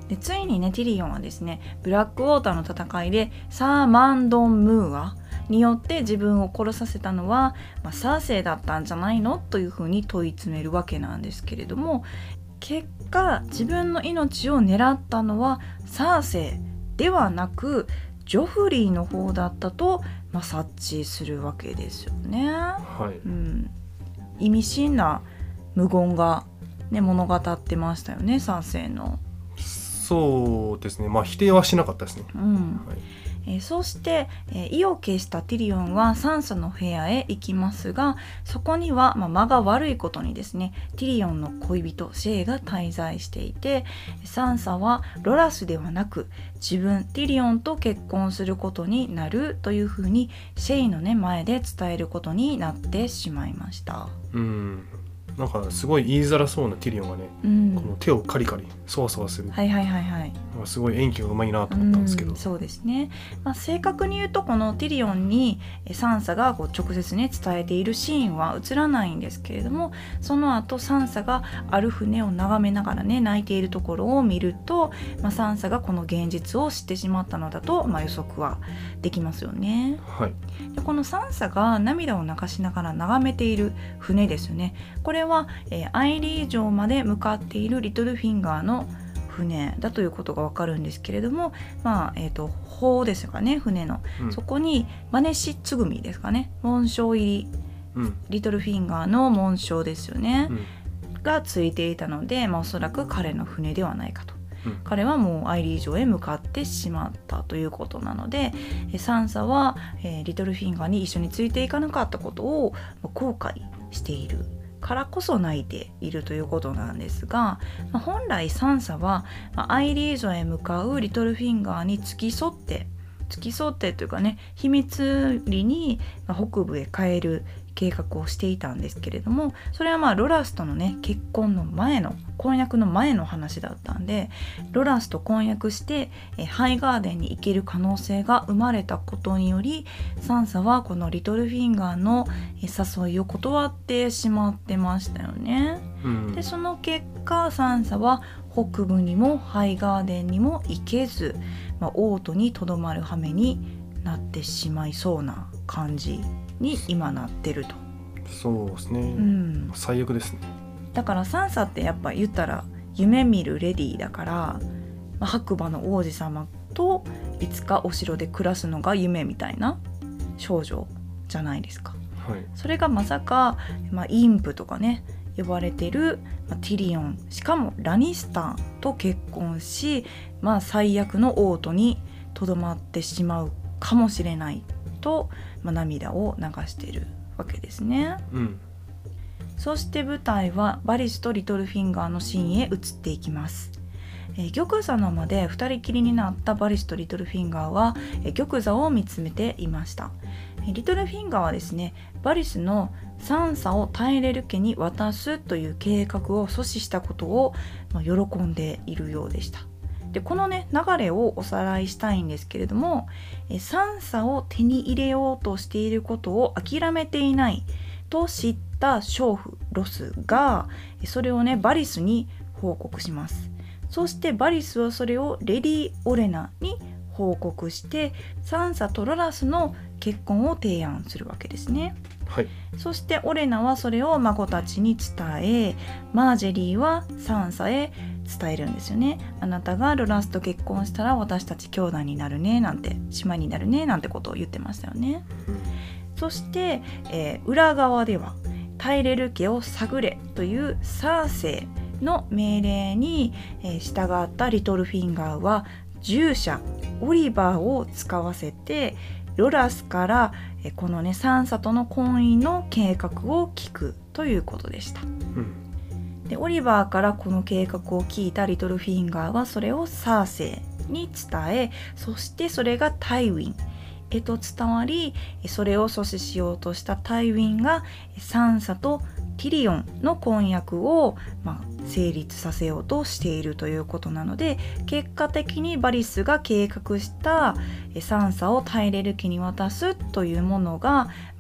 でついにねティリオンはですねブラックウォーターの戦いでサーマンドン・ムーアによって自分を殺させたのは、まあ、サーセイだったんじゃないのというふうに問い詰めるわけなんですけれども、結果自分の命を狙ったのはサーセイではなくジョフリーの方だったと、まあ、察知するわけですよね、 はいうん、意味深な無言が、ね、物語ってましたよね、サーセイの。 そうですね、まあ否定はしなかったですね、 うんはいえー、そして、えー、意を決したティリオンはサンサの部屋へ行きますが、そこには、まあ、間が悪いことにですねティリオンの恋人シェイが滞在していて、サンサはロラスではなく自分ティリオンと結婚することになるというふうにシェイの、ね、前で伝えることになってしまいました。 うんなんかすごい言いづらそうなティリオンがね、うん、この手をカリカリそわそわする、 はいはいはいはい、 すごい演技がうまいなと思ったんですけど、 うん、そうですね、まあ、正確に言うとこのティリオンにサンサがこう直接ね伝えているシーンは映らないんですけれども、その後サンサがある船を眺めながらね泣いているところを見ると、まあ、サンサがこの現実を知ってしまったのだと、まあ、予測はできますよね、 はい、 でこのサンサが涙を流しながら眺めている船ですよね。これは、えー、アイリー城まで向かっているリトルフィンガーの船だということがわかるんですけれども、まあえーと、砲ですかね、船の、うん、そこにマネシツグミですかね、紋章入り、うん、リトルフィンガーの紋章ですよね、うん、がついていたので、まあ、おそらく彼の船ではないかと、うん、彼はもうアイリー城へ向かってしまったということなので、サンサは、えー、リトルフィンガーに一緒についていかなかったことを後悔しているからこそ泣いているということなんですが、まあ、本来サンサは、まあ、アイリー城へ向かうリトルフィンガーに付き添って付き添ってというかね、秘密裏に北部へ帰る計画をしていたんですけれども、それはまあロラスとのね結婚の前の婚約の前の話だったんで、ロラスと婚約してえハイガーデンに行ける可能性が生まれたことにより、サンサはこのリトルフィンガーの誘いを断ってしまってましたよね、うん、でその結果サンサは北部にもハイガーデンにも行けず、まあ、王都にとどまる羽目になってしまいそうな感じに今なってると。 そうですね、うん、最悪ですね。 だからサンサってやっぱ言ったら夢見るレディーだから、まあ、白馬の王子様といつかお城で暮らすのが夢みたいな少女じゃないですか、はい、それがまさか、まあ、インプとかね呼ばれてる、まあ、ティリオン、しかもラニスターと結婚し、まあ、最悪の王都にとどまってしまうかもしれないと、まあ、涙を流しているわけですね、うん、そして舞台はバリスとリトルフィンガーのシーンへ移っていきます。え玉座の間で二人きりになったバリスとリトルフィンガーはえ玉座を見つめていました。えリトルフィンガーはですね、バリスのサンサをタイレル家に渡すという計画を阻止したことを、まあ、喜んでいるようでした。でこのね流れをおさらいしたいんですけれども、えサンサを手に入れようとしていることを諦めていないと知った娼婦ロスがそれをねバリスに報告します。そしてバリスはそれをレディ・オレナに報告してサンサとロラスの結婚を提案するわけですね。 はい、 そしてオレナはそれを孫たちに伝え、マージェリーはサンサへ伝えるんですよね。あなたがロラスと結婚したら私たち兄弟になるねなんて、姉妹になるねなんてことを言ってましたよね、うん、そして、えー、裏側ではタイレル家を探れというサーセイの命令に、えー、従ったリトルフィンガーは従者オリバーを使わせてロラスからえこのねサンサとの婚姻の計画を聞くということでした、うん、でオリバーからこの計画を聞いたリトルフィンガーはそれをサーセイに伝え、そしてそれがタイウィンへと伝わり、それを阻止しようとしたタイウィンがサンサとティリオンの婚約を、まあ、成立させようとしているということなので、結果的にバリスが計画したサンサをタイレル家に渡すというものが、まあ、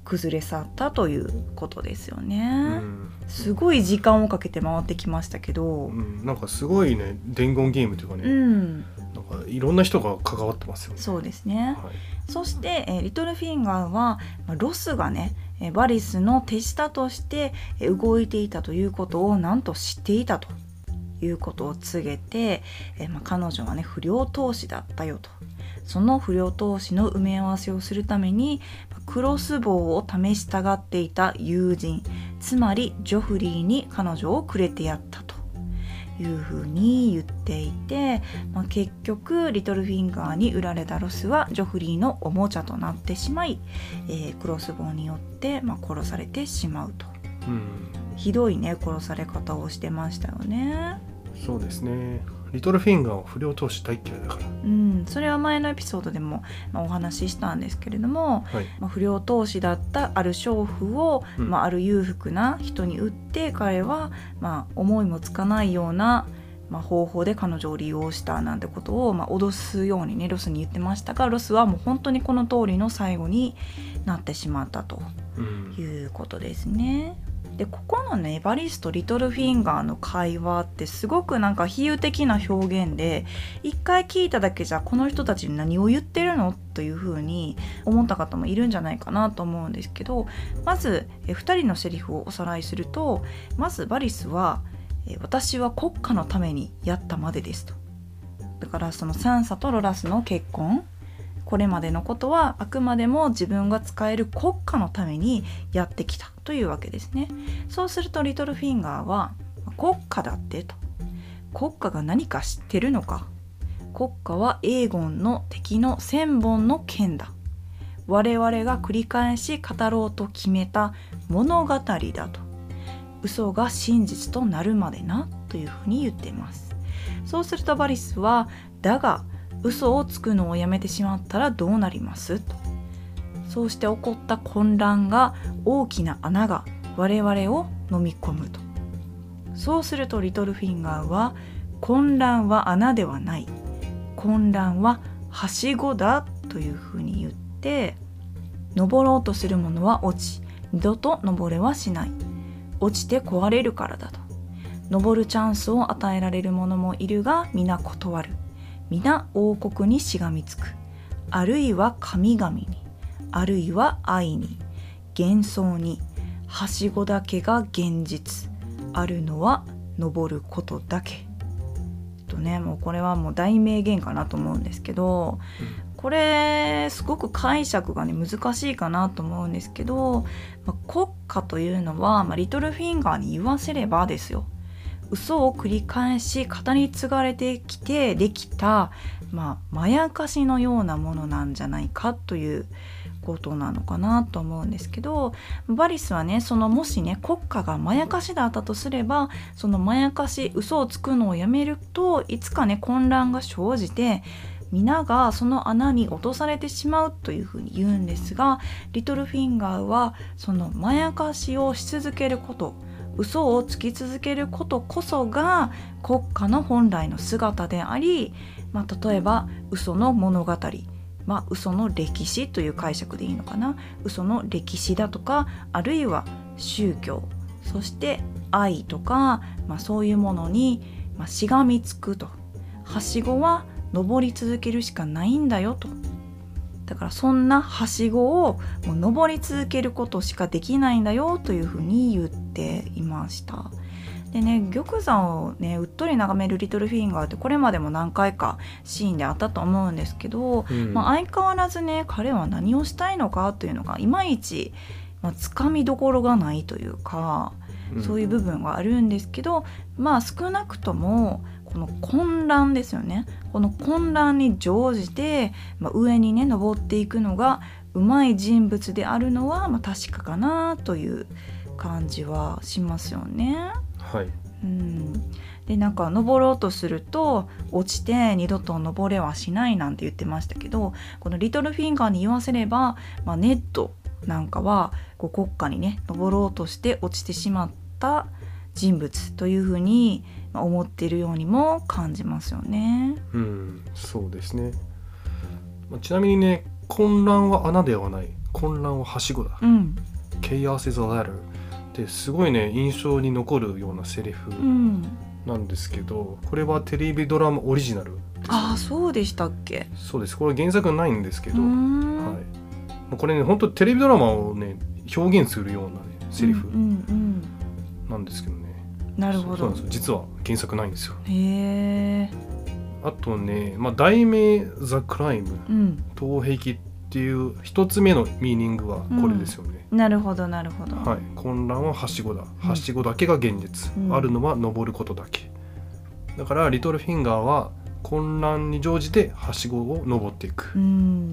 崩れ去ったということですよね、うん、すごい時間をかけて回ってきましたけど、 うん、なんかすごいね伝言ゲームというかね、うん、なんかいろんな人が関わってますよね。 そうですね、はい、そして、えー、リトルフィンガーは、まあ、ロスがねバリスの手下として動いていたということをなんと知っていたということを告げて、えーまあ、彼女はね不良投資だったよと。その不良投資の埋め合わせをするためにクロスボウを試したがっていた友人、つまりジョフリーに彼女をくれてやったというふうに言っていて、まあ、結局リトルフィンガーに売られたロスはジョフリーのおもちゃとなってしまい、えー、クロスボウによって、まあ、殺されてしまうと、うん、ひどいね殺され方をしてましたよね。 そうですね。リトルフィンガーは不良投資大嫌いだから、 うん、それは前のエピソードでも、まあ、お話ししたんですけれども、はい、まあ、不良投資だったある娼婦を、うん、まあ、ある裕福な人に売って彼は、まあ、思いもつかないような、まあ、方法で彼女を利用したなんてことを、まあ、脅すようにねロスに言ってましたが、ロスはもう本当にこの通りの最後になってしまったということですね、うん。でここのねバリスとリトルフィンガーの会話ってすごくなんか比喩的な表現で、一回聞いただけじゃこの人たちに何を言ってるのというふうに思った方もいるんじゃないかなと思うんですけど、まずえふたりのセリフをおさらいすると、まずバリスはえ私は国家のためにやったまでですと。だからそのサンサとロラスの結婚、これまでのことはあくまでも自分が使える国家のためにやってきたというわけですね。そうするとリトルフィンガーは国家だってと。国家が何か知ってるのか。国家はエーゴンの敵の千本の剣だ。我々が繰り返し語ろうと決めた物語だと。嘘が真実となるまでなというふうに言っています。そうするとバリスは、だが嘘をつくのをやめてしまったらどうなりますと。そうして起こった混乱が大きな穴が我々を飲み込むと。そうするとリトルフィンガーは、混乱は穴ではない、混乱ははしごだというふうに言って、登ろうとするものは落ち、二度と登れはしない、落ちて壊れるからだと。登るチャンスを与えられる者もいるが皆断る。皆王国にしがみつく。あるいは神々に、あるいは愛に、幻想に。はしごだけが現実。あるのは登ることだけ。とね、もうこれはもう大名言かなと思うんですけど、うん、これすごく解釈がね難しいかなと思うんですけど、まあ、国家というのは、まあ、リトルフィンガーに言わせればですよ、嘘を繰り返し語り継がれてきてできた、まあ、まやかしのようなものなんじゃないかということなのかなと思うんですけど、バリスはね、そのもしね国家がまやかしだったとすれば、そのまやかし嘘をつくのをやめるといつかね混乱が生じて皆がその穴に落とされてしまうというふうに言うんですが、リトルフィンガーはそのまやかしをし続けること、嘘をつき続けることこそが国家の本来の姿であり、まあ、例えば嘘の物語、まあ、嘘の歴史という解釈でいいのかな、嘘の歴史だとか、あるいは宗教、そして愛とか、まあ、そういうものに、まあ、しがみつくと。はしごは登り続けるしかないんだよと。だからそんなはしごをもう登り続けることしかできないんだよというふうに言っていました。でね、玉山をねうっとり眺めるリトルフィンガーってこれまでも何回かシーンであったと思うんですけど、うん、まあ、相変わらずね彼は何をしたいのかというのがいまいち、まあ、つかみどころがないというか、そういう部分があるんですけど、まあ少なくともこの混乱ですよね。この混乱に乗じて、まあ、上にね登っていくのがうまい人物であるのは、まあ、確かかなという感じはしますよね。 はい。 うん。でなんか登ろうとすると落ちて二度と登れはしないなんて言ってましたけど、このリトルフィンガーに言わせれば、まあ、ネットなんかはこう国家にね登ろうとして落ちてしまった人物というふうに思っているようにも感じますよね。 うん、そうですね。ちなみにね、混乱は穴ではない、 混乱ははしごだ、 うん、 Chaos is a ladder ってすごいね印象に残るようなセリフなんですけど、これはテレビドラマオリジナルです、ね、 ああそうでしたっけ。 そうです。これ原作ないんですけど、はい、これね本当テレビドラマをね表現するような、ね、セリフなんですけどね、 うんうんうん、なるほど。 そうなんですよ。実は原作ないんですよ。 へー。 あとね、まあ、題名ザ・クライム、うん、盗癖っていう一つ目のミーニングはこれですよね、 うん、なるほどなるほど、 はい、混乱ははしごだ、はしごだけが現実、うん、あるのは登ることだけだからリトルフィンガーは混乱に乗じてはしごを登っていく、うん、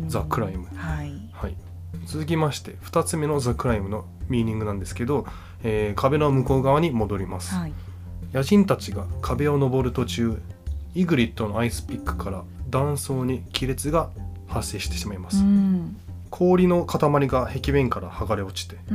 ザ・クライム、 はいはい、続きましてふたつめのザ・クライムのミーニングなんですけど、えー、壁の向こう側に戻ります、はい、野人たちが壁を登る途中イグリッドのアイスピックから断層に亀裂が発生してしまいます、うん、氷の塊が壁面から剥がれ落ちて、うん、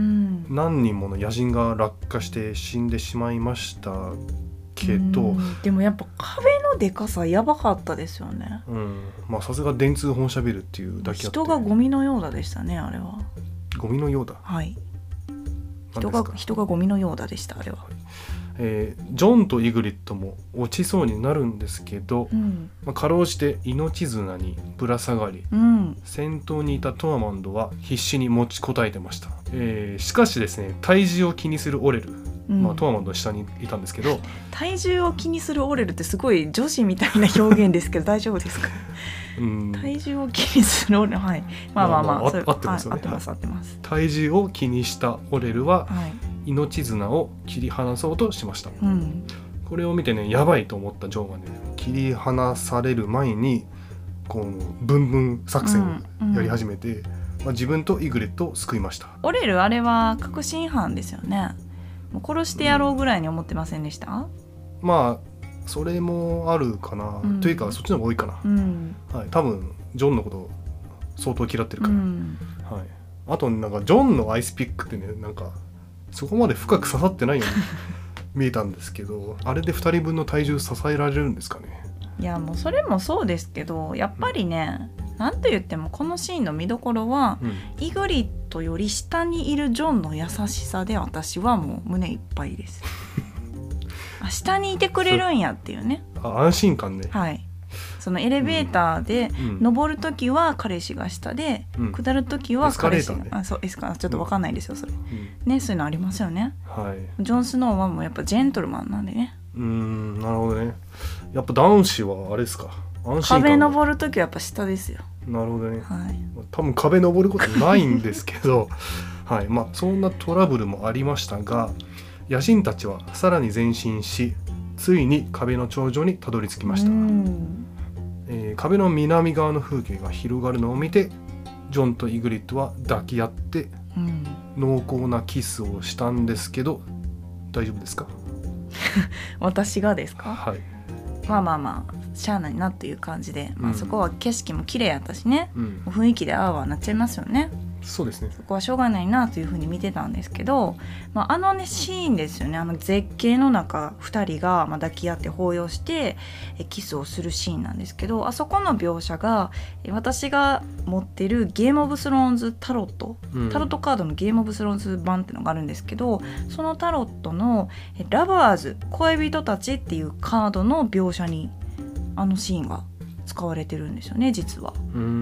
何人もの野人が落下して死んでしまいましたけど、うん、 でもやっぱ壁のでかさやばかったですよね、 うん、まあさすが電通本社ビルっていうだけあって人がゴミのようだでしたねあれは。 ゴミのようだ、 はい人が人がゴミのようだでしたあれは、はいえー、ジョンとイグリッドも落ちそうになるんですけど、うんまあ、かろうじて命綱にぶら下がり、うん、先頭にいたトアマンドは必死に持ちこたえてました、えー、しかしですね体重を気にするオレル、うんまあ、トアマンドの下にいたんですけど体重を気にするオレルってすごい女子みたいな表現ですけど大丈夫ですかうん、体重を気にするオレル、はい、まあまあまあ、まあまあ、 合ってますよね、 はい、合ってます合ってます。 体重を気にしたオレルは、はい、命綱を切り離そうとしました、うん、これを見てねやばいと思ったジョンはね切り離される前にこうブンブン作戦をやり始めて、うんうんまあ、自分とイグレットを救いました。 オレルあれは確信犯ですよね。もう殺してやろうぐらいに思ってませんでした、うん、 まあそれもあるかな、うん、というかそっちの方が多いかな、うんはい、多分ジョンのこと相当嫌ってるから、うんはい、あとなんかジョンのアイスピックってねなんかそこまで深く刺さってないように見えたんですけどあれでふたりぶんの体重支えられるんですかね。 いやもうそれもそうですけどやっぱりね、うん、なんと言ってもこのシーンの見どころは、うん、イグリッドより下にいるジョンの優しさで私はもう胸いっぱいですあ下にいてくれるんやっていうねあ安心感ね。 はいそのエレベーターで登るときは彼氏が下で、うん、下るときは彼氏が、ね、あそうエスカレーターちょっと分かんないですよそれ、うん、ねそういうのありますよね、はい、ジョン・スノーはもうやっぱジェントルマンなんでね。 うーんなるほどね。やっぱ男子はあれですか安心感壁登るときはやっぱ下ですよ。 なるほどね、はい、多分壁登ることないんですけどはいまあそんなトラブルもありましたが野人たちはさらに前進しついに壁の頂上にたどり着きました。うんえー、壁の南側の風景が広がるのを見てジョンとイグリッドは抱き合って、うん、濃厚なキスをしたんですけど大丈夫ですか私がですか。 はいまあまあまあしゃあないなっていう感じで、まあ、そこは景色も綺麗やったしね、うん、雰囲気でああはなっちゃいますよね。 そうですねそこはしょうがないなというふうに見てたんですけど、まあ、あのねシーンですよね。あの絶景の中ふたりがまあ抱き合って抱擁してキスをするシーンなんですけどあそこの描写が私が持ってるゲームオブスローンズタロット、うん、タロットカードのゲームオブスローンズ版っていうのがあるんですけどそのタロットのラバーズ恋人たちっていうカードの描写にあのシーンが使われてるんですよね実は。うーん、うん、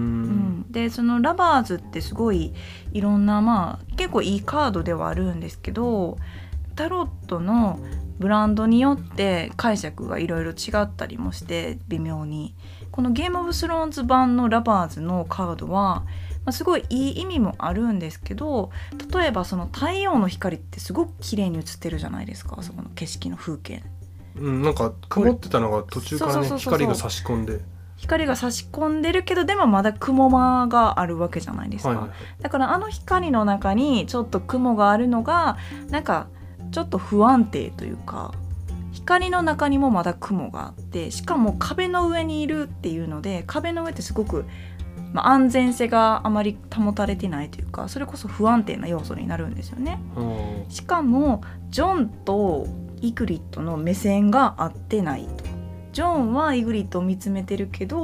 でそのラバーズってすごいいろんなまあ結構いいカードではあるんですけどタロットのブランドによって解釈がいろいろ違ったりもして微妙にこのゲームオブスローンズ版のラバーズのカードは、まあ、すごいいい意味もあるんですけど例えばその太陽の光ってすごく綺麗に映ってるじゃないですかそこの景色の風景、 うん、なんか曇ってたのが途中からね光が差し込んで光が差し込んでるけどでもまだ雲間があるわけじゃないですか、はいはいはい、だからあの光の中にちょっと雲があるのがなんかちょっと不安定というか光の中にもまだ雲があってしかも壁の上にいるっていうので壁の上ってすごく、まあ、安全性があまり保たれてないというかそれこそ不安定な要素になるんですよね。しかもジョンとイグリッドの目線が合ってないとジョンはイグリッドを見つめてるけど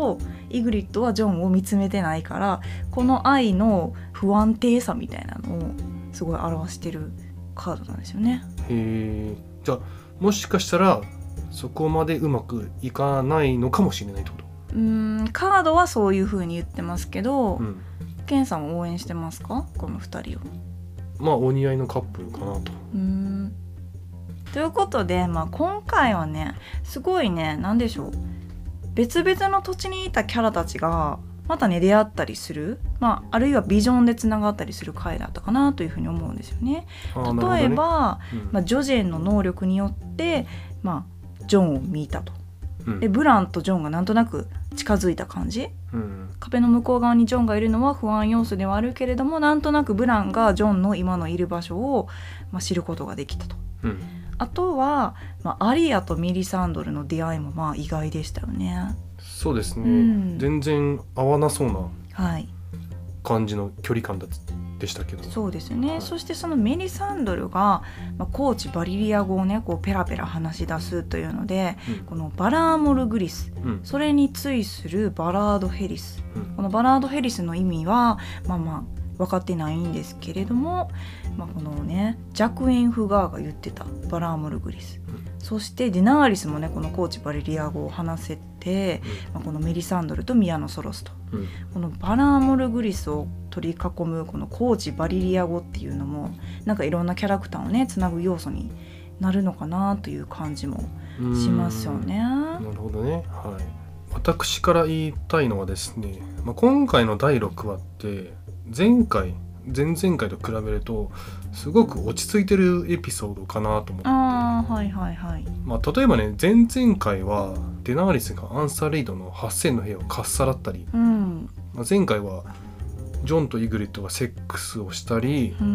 イグリッドはジョンを見つめてないから、この愛の不安定さみたいなのをすごい表してるカードなんですよね。 へえ。じゃあもしかしたらそこまでうまくいかないのかもしれないってこと？ うーん、カードはそういう風に言ってますけど、うん、ケンさんは応援してますか、このふたりを？ まあお似合いのカップルかなと。 うーんということで、まあ、今回はねすごいね、なんでしょう、別々の土地にいたキャラたちがまたね出会ったりする、まあ、あるいはビジョンでつながったりする回だったかなというふうに思うんですよね。例えば、ね、うんまあ、ジョジェンの能力によって、まあ、ジョンを見たと、うん、でブランとジョンがなんとなく近づいた感じ、うん、壁の向こう側にジョンがいるのは不安要素ではあるけれども、なんとなくブランがジョンの今のいる場所を、まあ、知ることができたと、うん、あとは、まあ、アリアとミリサンドルの出会いもまあ意外でしたよね。 そうですね、うん、全然合わなそうな感じの距離感だでしたけど、 はい、そうですね、はい、そしてそのメリサンドルが、まあ、コーチバリリア語をねこうペラペラ話し出すというので、うん、このバラーモルグリス、うん、それに対するバラードヘリス、うん、このバラードヘリスの意味はまあまあ分かってないんですけれども、まあ、このねジャクエン・フガーが言ってたバラーモルグリス、うん、そしてディナーリスもねこのコーチバリリア語を話せて、うんまあ、このメリサンドルとミアノソロスと、うん、このバラーモルグリスを取り囲むこのコーチバリリア語っていうのもなんかいろんなキャラクターをねつなぐ要素になるのかなという感じもしますよね。 なるほどね、はい、私から言いたいのはですね、まあ、今回のだいろくわって前回前々回と比べるとすごく落ち着いてるエピソードかなと思って、 あ、はいはいはい、 まあ、例えばね前々回はデナーリスがアンサーレイドのはっせんの部屋をかっさらったり、うんまあ、前回はジョンとイグリッドがセックスをしたり、うん、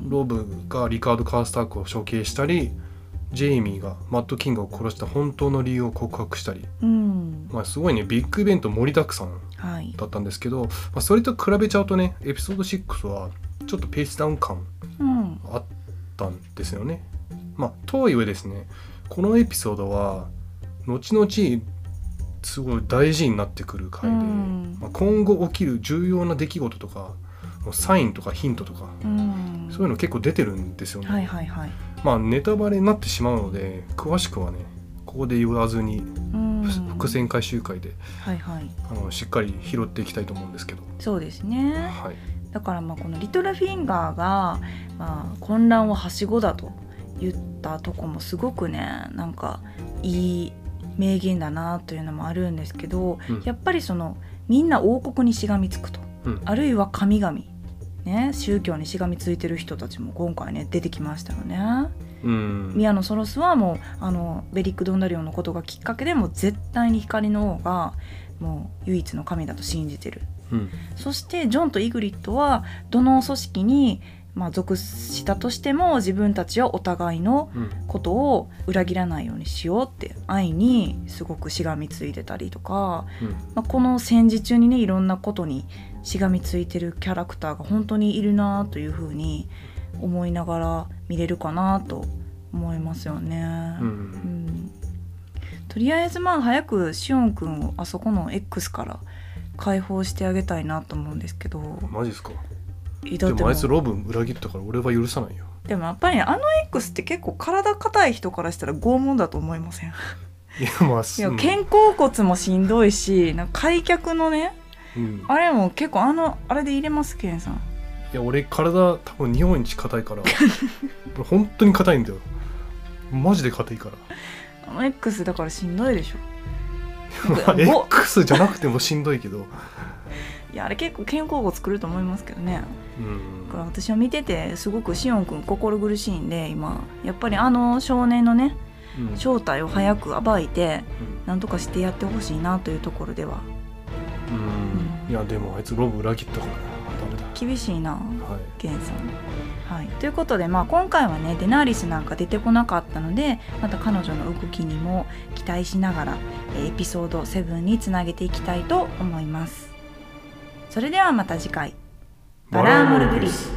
ロブがリカード・カースタークを処刑したり、ジェイミーがマッド・キングを殺した本当の理由を告白したり、うんまあ、すごいねビッグイベント盛りだくさんだったんですけど、はいまあ、それと比べちゃうとねエピソードシックスはちょっとペースダウン感あったんですよね、うんまあ、とはいえですねこのエピソードは後々すごい大事になってくる回で、うんまあ、今後起きる重要な出来事とかサインとかヒントとか、うん、そういうの結構出てるんですよね、 はいはいはいまあ、ネタバレになってしまうので詳しくはねここで言わずに伏線回収会で、はいはい、あのしっかり拾っていきたいと思うんですけど。 そうですね、はい、だからまあこのリトルフィンガーが、まあ、混乱ははしごだと言ったとこもすごくねなんかいい名言だなというのもあるんですけど、うん、やっぱりそのみんな王国にしがみつくと、うん、あるいは神々ね、宗教にしがみついてる人たちも今回ね出てきましたよね。うんミアノソロスはもうあのベリック・ドンダリオンのことがきっかけでもう絶対に光の王がもう唯一の神だと信じてる、うん、そしてジョンとイグリッドはどの組織に、まあ、属したとしても自分たちはお互いのことを裏切らないようにしようって愛にすごくしがみついてたりとか、うんまあ、この戦時中にねいろんなことにしがみついてるキャラクターが本当にいるなというふうに思いながら見れるかなと思いますよね、うんうん、とりあえずまあ早くシオンくんをあそこの X から解放してあげたいなと思うんですけど。 マジですか？でもあいつロブ裏切ったから俺は許さないよ。 でもやっぱりあの X って結構体硬い人からしたら拷問だと思いません？いやまあいや肩甲骨もしんどいしなんか開脚のね、うん、あれも結構あのあれで入れますケンさん。 いや俺体多分日本一硬いから本当に硬いんだよマジで硬いからあの X だからしんどいでしょまあ X じゃなくてもしんどいけどいやあれ結構肩甲骨作ると思いますけどね、うん、だから私は見ててすごくシオンくん心苦しいんで今やっぱりあの少年のね、うん、正体を早く暴いて、うん、なんとかしてやってほしいなというところでは、 うんうん、いやでもあいつロブ裏切ったから厳しいな、はい、ゲンさん、はい、ということで、まあ、今回はねデナーリスなんか出てこなかったのでまた彼女の動きにも期待しながらエピソードセブンにつなげていきたいと思います。それではまた次回バラーモルグリス